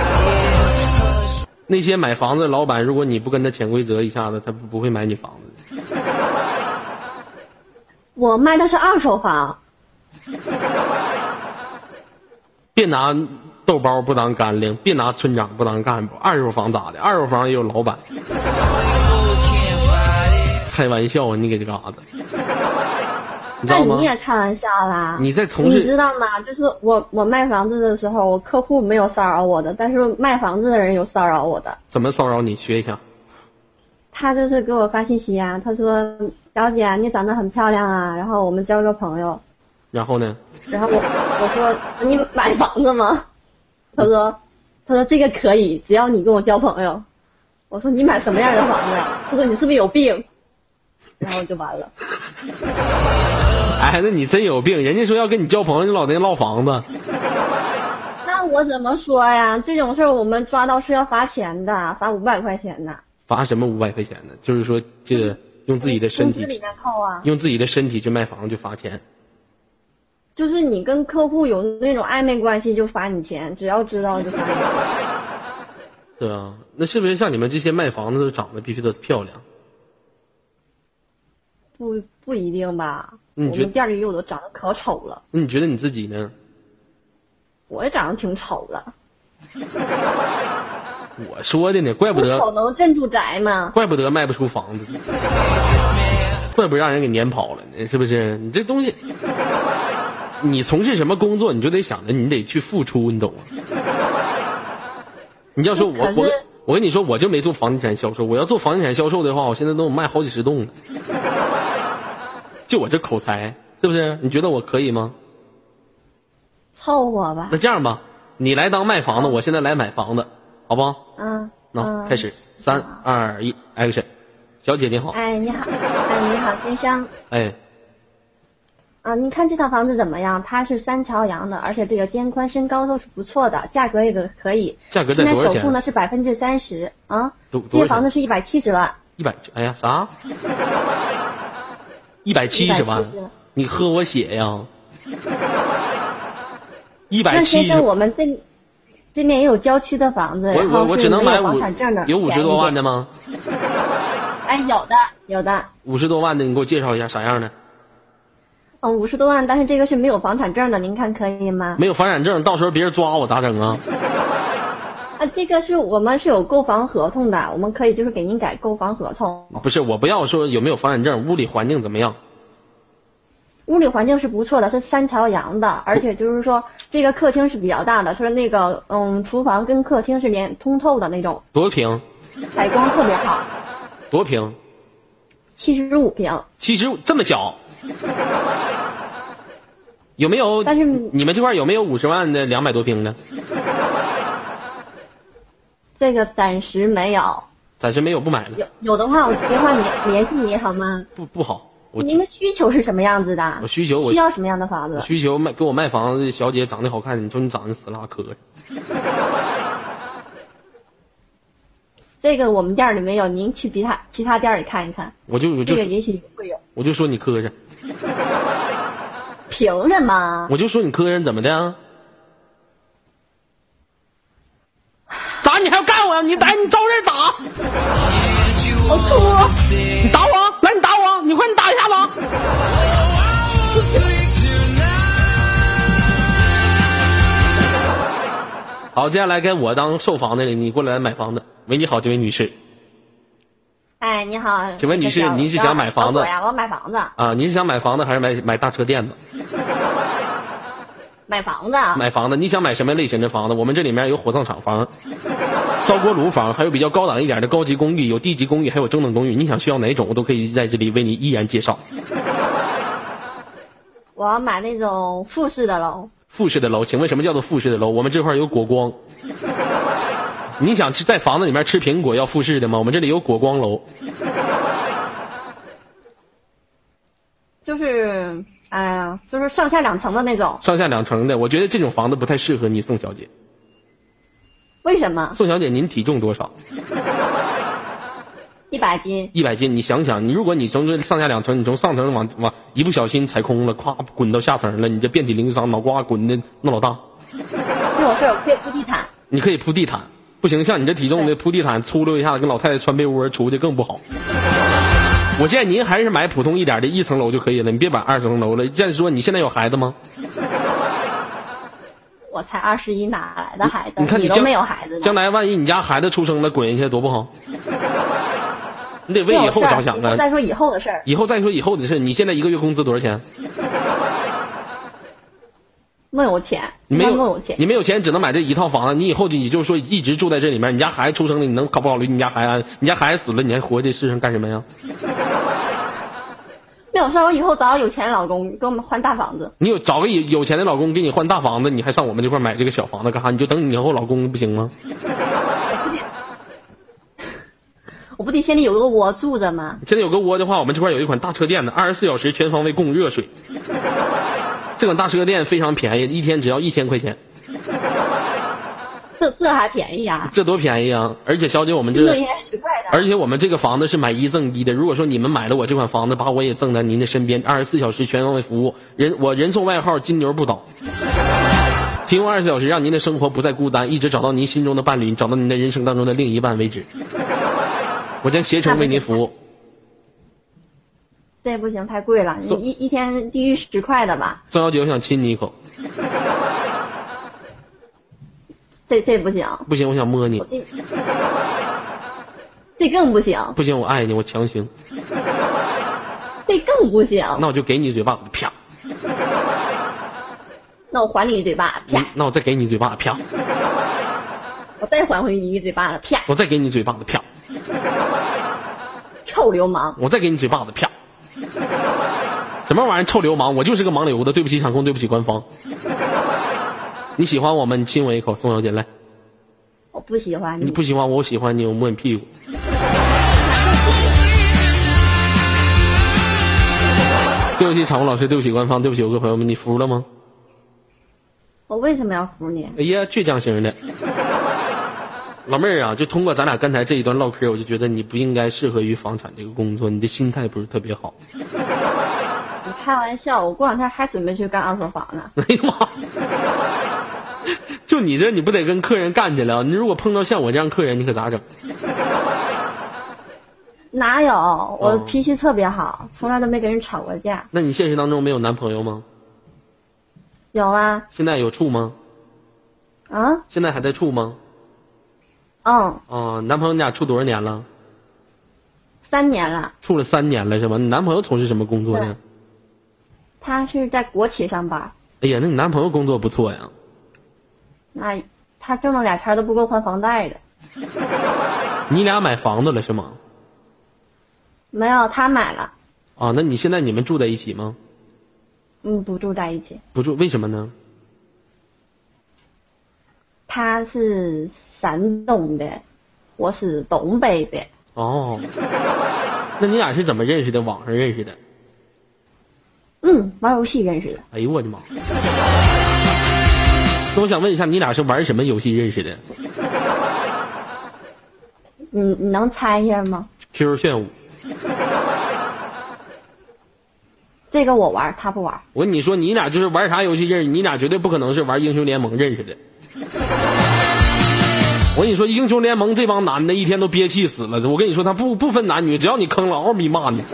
那些买房子的老板，如果你不跟他潜规则一下子，他不会买你房子。 我卖的是二手房。 别拿豆包不当干粮，别拿村长不当干部。二手房咋的？二手房也有老板。开玩笑啊！你给这嘎子，你知道吗？ 那你也开玩笑啦！ 你在从事， 你知道吗？就是我我卖房子的时候，我客户没有骚扰我的，但是卖房子的人有骚扰我的。 怎么骚扰你？学一下。 他就是给我发信息啊，他说：“小姐，你长得很漂亮啊，然后我们交个朋友。” 然后呢？ 然后我我说：“你买房子吗？”他说：“他说这个可以，只要你跟我交朋友。”我说：“你买什么样的房子呀？”他说：“你是不是有病？”然后就完了。 哎，那你真有病！人家说要跟你交朋友，你老在那唠房子。 那我怎么说呀？这种事儿我们抓到是要罚钱的，罚五百块钱的。 罚什么五百块钱呢？就是说这个用自己的身体工资里面扣啊， 用自己的身体去卖房就罚钱。 就是你跟客户有那种暧昧关系就罚你钱，只要知道就罚你钱。 对啊，那是不是像你们这些卖房子都长得必须得漂亮？ 不不一定吧？ 你觉得我们店里有的长得可丑了。 那你觉得你自己呢？ 我也长得挺丑的。 我说的呢，怪不得丑能镇住宅吗？ 怪不得卖不出房子，怪不得让人给撵跑了呢，是不是？你这东西，你从事什么工作，你就得想着你得去付出，你懂吗？你要说我我我跟你说，我就没做房地产销售，我要做房地产销售的话，我现在都卖好几十栋了。就我这口才，是不是？你觉得我可以吗？ 凑合吧。 那这样吧，你来当卖房的，我现在来买房的，好不好？ 嗯。 那、 嗯、 开始，三二一 ，action！ 小姐你好。 哎，你好，哎，你好，先生。 哎。 啊，你看这套房子怎么样？它是三朝阳的，而且这个肩宽身高都是不错的，价格也可以。 价格在多少钱？ 现在首付呢是百分之三十啊。 多这房子是一百七十万。 一百？哎呀，啥？一百七十万？你喝我血呀！一百七十。 那先生，我们这这边也有郊区的房子， 我我我只能买五，有五十多万的吗？ 哎，有的，有的。 五十多万的，你给我介绍一下啥样的？ 嗯，五十多万，但是这个是没有房产证的，您看可以吗？ 没有房产证，到时候别人抓我咋整啊？ 啊，这个是我们是有购房合同的，我们可以就是给您改购房合同。 不是，我不要说有没有房产证，屋里环境怎么样？ 屋里环境是不错的，是三朝阳的，而且就是说这个客厅是比较大的，是那个嗯，厨房跟客厅是连通透的那种。 多平？ 采光特别好。 多平？ 七十五平。 七十五这么小？有没有？ 但是你们这块有没有五十万的两百多平的？ 这个暂时没有。 暂时没有，不买了。 有有的话，我电话联联系你好吗？ 不不好。 您的需求是什么样子的？ 我需求我需要什么样的房子？ 我需求卖给我卖房子的小姐长得好看，你说你长得死拉磕碜。 这个我们店里没有，您去其他其他店里看一看。 我就我就这个也许会有。 我就说你磕碜。 凭什么？ 我就说你磕碜怎么的？咋你还要干我呀？你来，你找人打！ 我哭！ 你打我！来，你打我！你快你打一下吧！好，接下来该我当售房的了，你过来买房子。喂，你好，这位女士。 哎，你好， 请问女士，您是想买房子呀？我要买房子啊！您是想买房子还是买买大车店子？ 买房子， 买房子。你想买什么类型的房子？我们这里面有火葬场房、烧锅炉房，还有比较高档一点的高级公寓，有地级公寓，还有中等公寓。你想需要哪种，我都可以在这里为你一一介绍。 我要买那种复式的楼。 复式的楼，请问什么叫做复式的楼？我们这块有果光。你想在房子里面吃苹果要复式的吗？我们这里有果光楼。 就是哎呀，就是上下两层的那种。 上下两层的，我觉得这种房子不太适合你，宋小姐。 为什么？ 宋小姐，您体重多少？ 一百斤。 一百斤，你想想，你如果你从这上下两层，你从上层往往一不小心踩空了，咵滚到下层了，你这遍体鳞伤，脑瓜滚的那老大。 这种事我可以铺地毯。 你可以铺地毯，不行，像你这体重的铺地毯粗溜一下，跟老太太穿被窝出去更不好。我建议您还是买普通一点的一层楼就可以了，你别买二层楼了。再说你现在有孩子吗？ 我才二十一，哪来的孩子？ 你看你都没有孩子。 将来万一你家孩子出生了，滚下去多不好。你得为以后着想啊！ 再说以后的事儿。 以后再说以后的事。你现在一个月工资多少钱？ 没有钱， 你没有没有钱， 你没有钱，只能买这一套房子。你以后你就说一直住在这里面，你家孩子出生了，你能考不考虑你家孩子？你家孩子死了，你还活在世上干什么呀？ 没有事，我以后找个有钱的老公给我们换大房子。 你有找个有有钱的老公给你换大房子，你还上我们这块买这个小房子干啥？你就等你以后老公不行吗？ 我不得心里有个窝住着吗？ 现在有个窝的话，我们这块有一款大车店的，二十四小时全方位供热水。这款大车店非常便宜，一天只要一千块钱。 这这还便宜啊？ 这多便宜啊！而且小姐，我们这这应该十块的。 而且我们这个房子是买一赠一的。如果说你们买了我这款房子，把我也赠在您的身边，二十四小时全方位服务，人我人送外号金牛不倒，提供二十四小时让您的生活不再孤单，一直找到您心中的伴侣，找到您的人生当中的另一半为止。我将携程为您服务。 这不行，太贵了，你一一天低于十块的吧？ 宋小姐，我想亲你一口。 这这不行， 不行，我想摸你。 这这更不行， 不行，我爱你，我强行。 这更不行。 那我就给你一嘴巴子，啪。 那我还你一嘴巴，啪。 嗯、那我再给你一嘴巴，啪。 我再还回你一嘴巴子，啪。 我再给你一嘴巴子，啪。 臭流氓！ 我再给你嘴巴子，啪。什么玩意儿？臭流氓！我就是个盲流的，对不起场控，对不起官方。你喜欢我吗？你亲我一口，宋小姐来。 我不喜欢你。 你不喜欢我，我喜欢你，我摸你屁股。对不起场控老师，对不起官方，对不起我各位朋友们，你服了吗？ 我为什么要服你？ 哎呀，倔强型的。老妹儿啊，就通过咱俩刚才这一段唠嗑，我就觉得你不应该适合于房产这个工作，你的心态不是特别好。 你开玩笑，我过两天还准备去干二手房呢。 哎呀妈！就你这，你不得跟客人干去了？你如果碰到像我这样客人，你可咋整？ 哪有？我脾气特别好，从来都没跟人吵过架。 那你现实当中没有男朋友吗？ 有啊。 现在有处吗？ 啊？ 现在还在处吗？ 嗯。 哦，男朋友你俩处多少年了？ 三年了。 处了三年了是吗？你男朋友从事什么工作呢？ 他是在国企上班。 哎呀，那你男朋友工作不错呀。 那他挣了俩钱都不够还房贷的。 你俩买房子了是吗？ 没有，他买了。 啊，那你现在你们住在一起吗？ 嗯，不住在一起。 不住，为什么呢？ 他是山东的，我是东北的。 哦，那你俩是怎么认识的？网上认识的？ 嗯，玩游戏认识的。 哎呦我的妈！那我想问一下，你俩是玩什么游戏认识的？ 你你能猜一下吗 ？Q Q 炫舞。 这个我玩，他不玩。 我跟你说，你俩就是玩啥游戏认识？你俩绝对不可能是玩英雄联盟认识的。我跟你说，英雄联盟这帮男的一天都憋气死了。我跟你说，他不不分男女，只要你坑了，嗷咪骂你。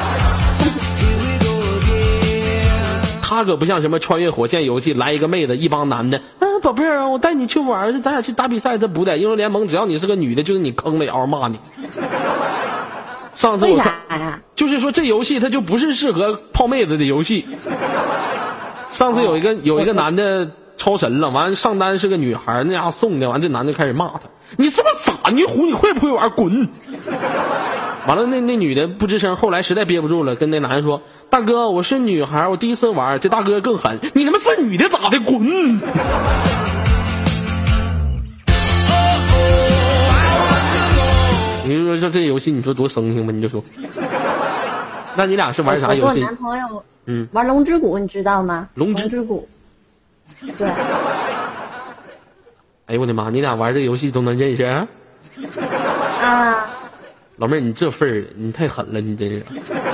他可不像什么穿越火线游戏来一个妹子，一帮男的，啊宝贝儿，我带你去玩，咱俩去打比赛，这不带。英雄联盟只要你是个女的，就是你坑了，嗷骂你。上次我看， 为啥呀？ 就是说这游戏它就不是适合泡妹子的游戏。上次有一个有一个男的超神了，完了上单是个女孩，那家送的，完这男的开始骂他，你是不是傻？你虎你会不会玩？滚！完了那那女的不吱声，后来实在憋不住了，跟那男的说：“大哥，我是女孩，我第一次玩。”这大哥更狠，你他妈是女的咋的？滚！你说这这游戏你说多生性吧？你就说，那你俩是玩啥游戏？ 我男朋友嗯， 玩龙之谷，你知道吗？ 龙之龙之谷，对。 哎呦我的妈！你俩玩这游戏都能认识啊？ 啊， 老妹儿，你这份儿，你太狠了，你真是，是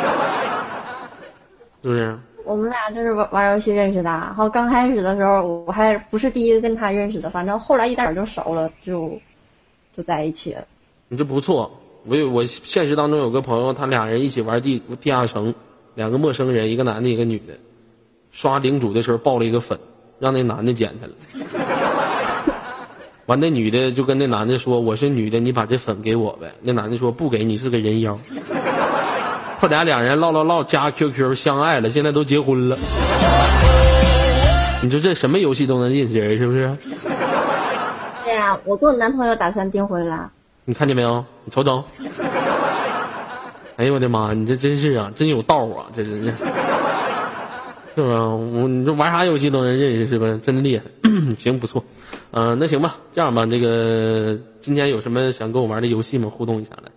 不是？ 我们俩就是玩玩游戏认识的。然后刚开始的时候，我还不是第一个跟他认识的，反正后来一点点就熟了，就就在一起了。 你这不错。我有我现实当中有个朋友，他俩人一起玩地地下城，两个陌生人，一个男的，一个女的，刷领主的时候爆了一个粉，让那男的捡去了。完，那女的就跟那男的说：“我是女的，你把这粉给我呗。”那男的说：“不给你，是个人妖。”后来两人唠唠唠，加 Q Q 相爱了，现在都结婚了。你说这什么游戏都能认识人，是不是？ 对呀、啊，我跟我男朋友打算订婚了。 你看见没有？你瞅瞅。哎呦我的妈！你这真是啊，真有道啊，这真是。是吧？我你说玩啥游戏都能认识，是吧？真厉害。行，不错。嗯、呃，那行吧，这样吧，这个今天有什么想跟我玩的游戏吗？互动一下来。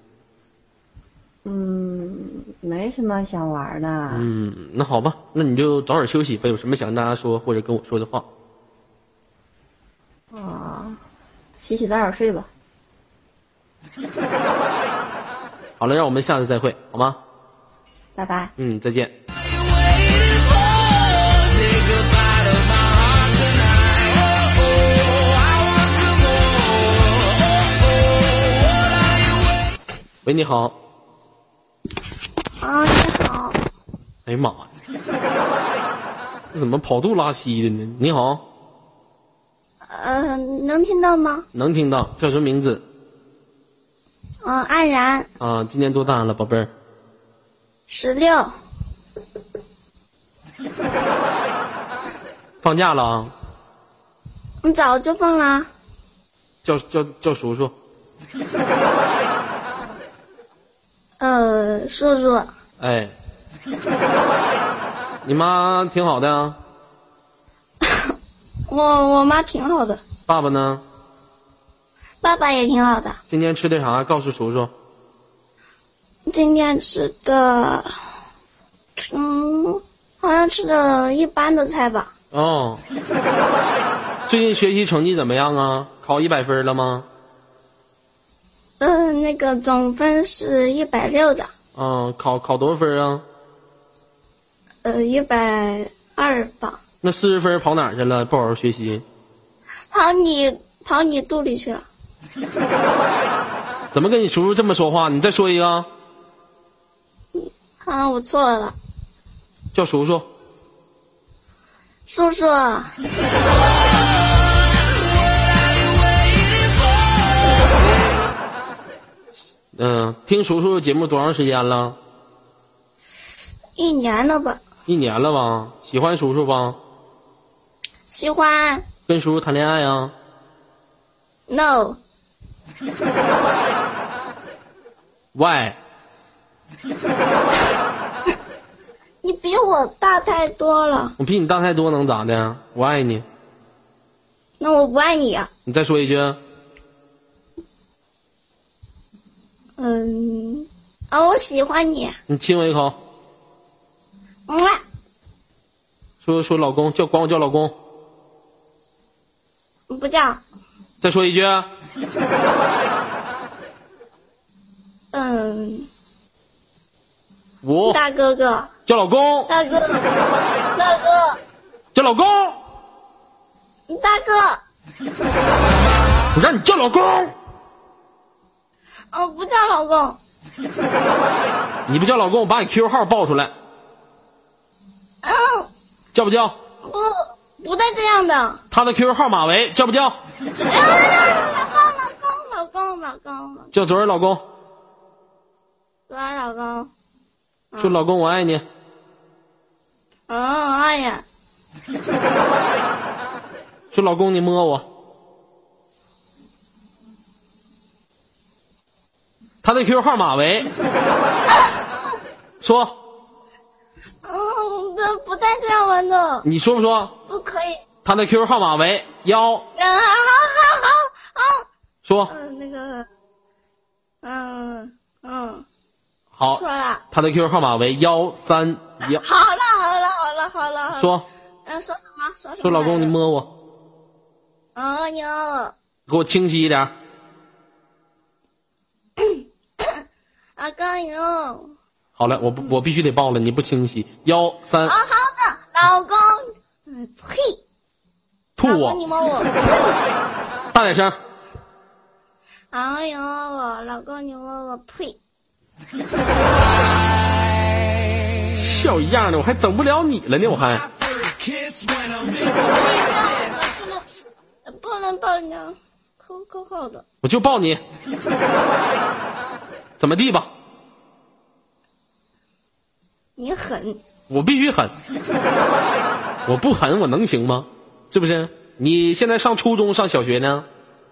嗯，没什么想玩的。 嗯，那好吧，那你就早点休息吧。有什么想跟大家说或者跟我说的话？ 啊， 洗洗早点睡吧。 好了，让我们下次再会，好吗？ 拜拜。 嗯，再见。喂，你好。 啊，你好。 哎呀妈呀，这怎么跑肚拉稀的呢？你好。 呃，能听到吗？ 能听到，叫什么名字？ 嗯、呃，安然。 啊，今年多大了，宝贝儿？ 十六。 放假了啊？ 你早就放了。 叫叫叫叔叔。 呃，叔叔。 哎，你妈挺好的啊。 我我妈挺好的。 爸爸呢？ 爸爸也挺好的。 今天吃的啥？告诉叔叔。 今天吃的，嗯，好像吃的一般的菜吧。 哦。最近学习成绩怎么样啊？考一百分了吗？ 嗯、呃，那个总分是一百六的。 嗯，考考多少分啊？ 呃，一百二吧。 那四十分跑哪儿去了？不好好学习。 跑你跑你肚里去了。 怎么跟你叔叔这么说话？你再说一个。 啊，我错了。 叫叔叔。 叔叔。 嗯，听叔叔节目多长时间了？ 一年了吧。 一年了吧？喜欢叔叔吧？ 喜欢。 跟叔叔谈恋爱啊 ？No。 Why？ 你比我大太多了。 我比你大太多，能咋的？我爱你。 那我不爱你啊。 你再说一句。 嗯，啊，我喜欢你。 你亲我一口。 嗯。 说说老公，叫管我叫老公。 不叫。 再说一句。 嗯。 我。 大哥哥。 叫老公。 大哥。大哥。 叫老公。 大哥。 我让你叫老公。 哦，不叫老公。 你不叫老公，我把你 Q Q 号报出来。 嗯。 叫不叫？ 不，不带这样的。 他的 Q Q 号码为叫不叫？ 老公，老公，老公，老公。 叫昨儿老公。 昨儿老公。 说老公我爱你。 嗯，爱呀。 说老公你摸我。他的 Q Q 号码为说。 嗯，这不带这样玩的。 你说不说？ 不可以。 他的 Q Q 号码为幺。 嗯，好好好好。 说。 嗯，那个，嗯嗯。 好。 错了。 他的 Q Q 号码为幺三幺。 好了好了好了好了。 说。 嗯，说什么？说什么？ 说老公你摸我。 哦哟。 给我清晰一点。 老公哟。 好了，我不，我必须得报了，你不清晰。幺三。 啊，好的，老公。嗯，呸。 吐我。 你摸我。 大点声。 哎呦，我老公你摸我，呸。 笑一样的，我还整不了你了呢，我还。 不能抱你，扣扣号的。 我就抱你。怎么地吧？ 你狠。 我必须狠。我不狠我能行吗？是不是？你现在上初中上小学呢？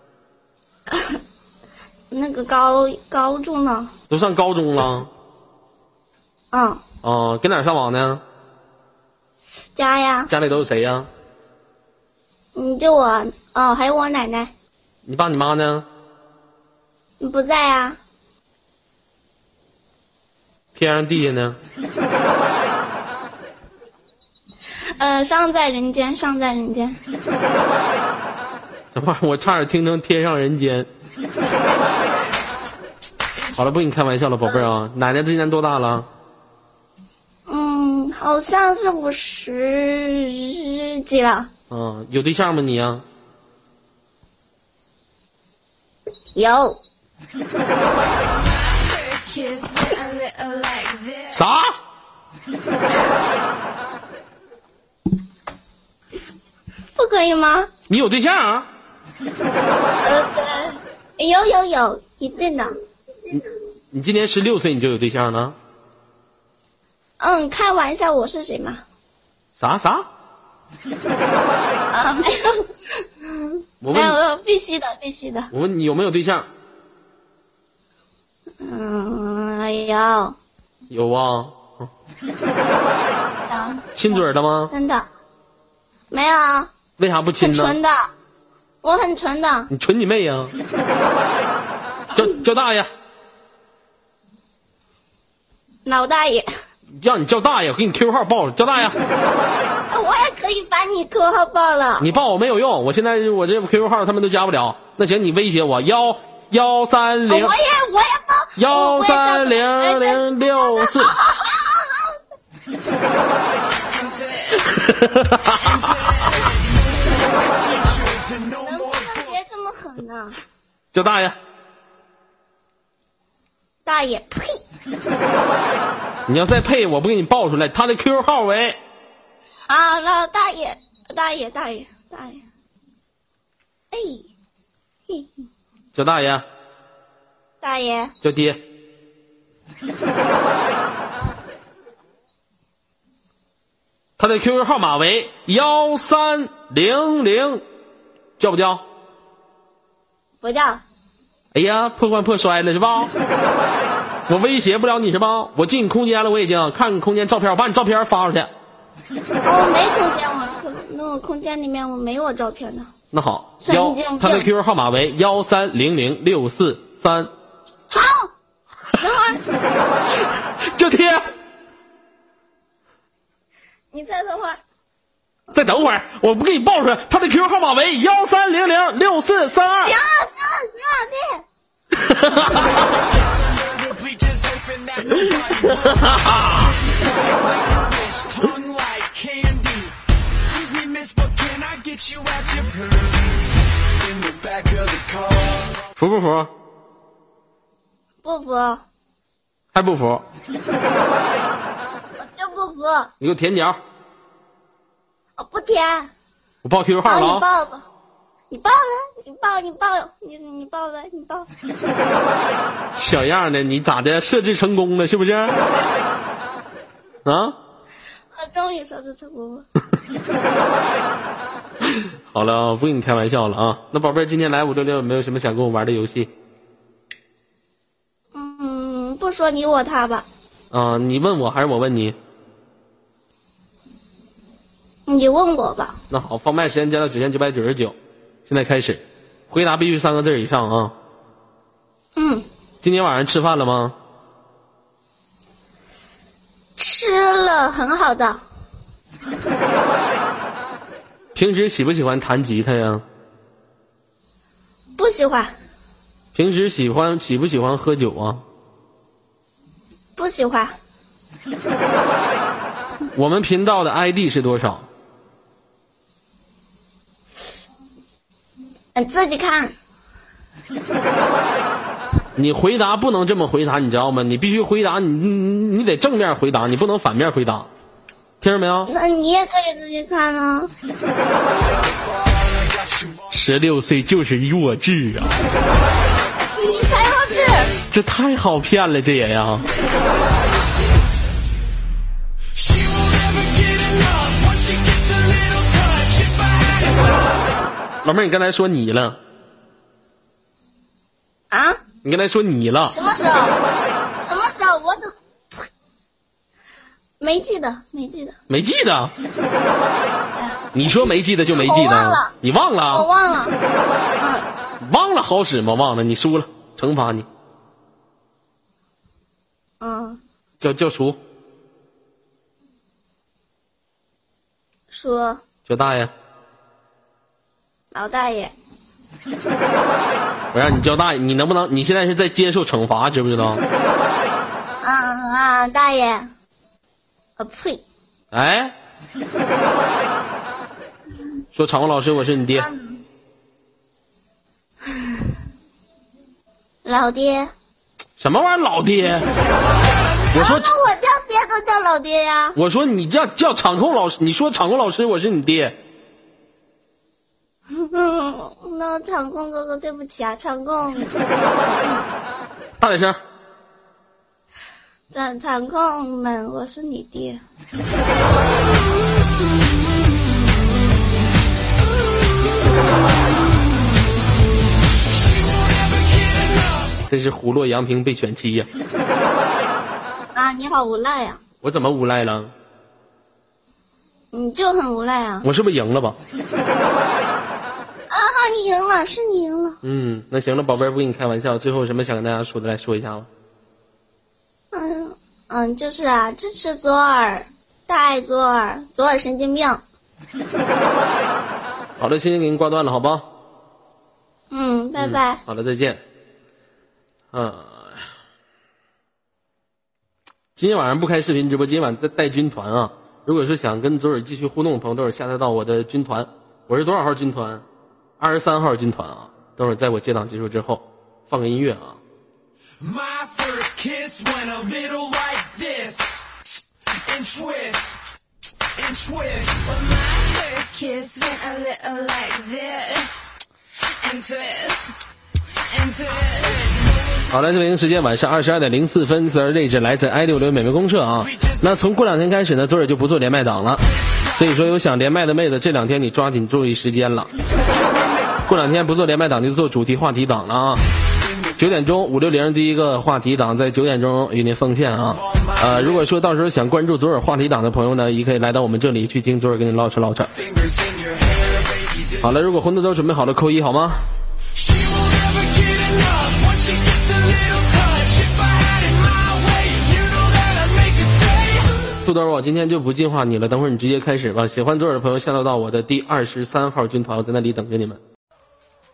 那个高高中呢？ 都上高中了。 嗯。 哦，跟哪儿上网呢？ 家呀。 家里都是谁呀？ 嗯，就我哦，还有我奶奶。 你爸你妈呢？ 不在啊。 天上地下呢？ 呃，尚在人间，尚在人间。 什么玩意儿？我差点听成天上人间。好了，不跟你开玩笑了，宝贝儿啊，奶奶今年多大了？ 嗯，好像是五十几了。 嗯，有对象吗你呀、 有。 啥？ 不可以吗？ 你有对象、啊？ 呃，对，有有有，一定的。 你今年十六岁你就有对象了？ 嗯，开玩笑，我是谁嘛？ 啥啥？ 啊，没有， 我问你， 没有没有，必须的，必须的。 我问你有没有对象？ 嗯，有。 有啊。 有。 亲嘴的吗？ 真的。没有。 为啥不亲呢？ 很纯的，我很纯的。 你纯你妹呀、啊！叫叫大爷。 老大爷。 让你叫大爷，我给你 Q Q 号报了，叫大爷。 我也可以把你 Q Q 号报了。 你报我没有用，我现在我这 Q Q 号他们都加不了。那行，你威胁我幺幺三零， 我也我也报幺三零零六四。 能不能别这么狠呢？ 叫大爷。 大爷，呸！ 你要再配，我不给你报出来。他的 Q Q 号为啊，老大爷，大爷，大爷，大爷。哎，嘿， 叫大爷。 大爷。 叫爹。他的 Q Q 号码为幺三零零，叫不叫？ 不叫。 哎呀，破罐破摔了是吧？我威胁不了你是吧？我进你空间了，我已经看你空间照片，我把你照片发出去。 哦，没空间，我空那我空间里面我没我照片的。 那好，幺他的 Q Q 号码为幺三零零六四三。 好，等会儿。 叫爹。 你再等会儿。 再等会儿，我不给你报出来。他的 Q Q 号码为幺三零零六四三二。 行了行了行了， 服不服？ 不服。 还不服？ 我就不服。 你给我舔脚。 我不舔。 我报 Q Q 号了、啊。 你报吧，你报了，你报，你报，你你报吧，你报。 小样的，你咋的？设置成功了是不是？啊？ 我终于设置成功了。 好了，我不跟你开玩笑了啊。那宝贝儿，今天来五六六有没有什么想跟我玩的游戏？ 嗯，不说你我他吧。 啊，你问我还是我问你？ 你问我吧。 那好，放麦时间加到九千九百九十九，现在开始，回答必须三个字以上啊。 嗯。 今天晚上吃饭了吗？ 吃了，很好的。 平时喜不喜欢弹吉他呀？ 不喜欢。 平时喜欢喜不喜欢喝酒啊？ 不喜欢。 我们频道的 I D 是多少？ 你自己看。 你回答不能这么回答，你知道吗？你必须回答，你你你得正面回答，你不能反面回答，听着没有？ 那你也可以自己看啊。 十六岁就是弱智啊！ 你才弱智！ 这太好骗了，这也呀。老妹儿，你刚才说你了啊？ 你刚才说你了？ 什么时候？什么时候？我怎没记得？没记得？ 没记得？你说没记得就没记得？ 我忘了。 你忘了？ 我忘了。嗯。 忘了好使吗？忘了，你输了，惩罚你。 嗯。 叫叫叔。 叔。 叫大爷。 老大爷。 我让你叫大爷，你能不能？你现在是在接受惩罚，知不知道？ 啊啊，大爷！啊呸！ 哎，说场控老师，我是你爹。 老爹。 什么玩意儿，老爹？我说我叫爹都叫老爹呀。 我说你叫叫场控老师，你说场控老师，我是你爹。 嗯，那场控哥哥对不起啊，场控。 大点声。 场场控们，我是你爹。 这是虎落阳平被犬欺呀！ 啊，你好无赖呀！ 我怎么无赖了？ 你就很无赖啊！ 我是不是赢了吧？ 啊，你赢了，是你赢了。 嗯，那行了，宝贝儿，不跟你开玩笑。最后有什么想跟大家说的，来说一下吧。 嗯嗯，就是啊，支持左耳，大爱左耳，左耳神经病。 好的，先给您挂断了，好吧？ 嗯，拜拜。 嗯、好的，再见。嗯、呃，今天晚上不开视频直播，今天晚上再带军团啊！如果说想跟左耳继续互动的朋友，都是下载到我的军团。我是多少号军团？二十三号军团啊！等会儿在我接档结束之后，放个音乐啊。My first kiss went a little like this, and twist, and twist. My first kiss went a little like this, and twist, and twist. 好了，这北京时间晚上二十二点零四分，自儿位置来自 I 六零美味公社啊。那从过两天开始呢，左耳就不做连麦档了，所以说有想连麦的妹子，这两天你抓紧注意时间了。过两天不做连麦档，就做主题话题档了啊。九点钟五六零第一个话题档在九点钟与您奉献啊。呃，如果说到时候想关注左耳话题档的朋友呢，也可以来到我们这里去听左耳跟你唠扯唠扯。好了，如果混的都准备好了，扣一好吗？兔豆，我今天就不进化你了，等会儿你直接开始吧。喜欢左耳的朋友下到到我的第二十三号军团，我在那里等着你们。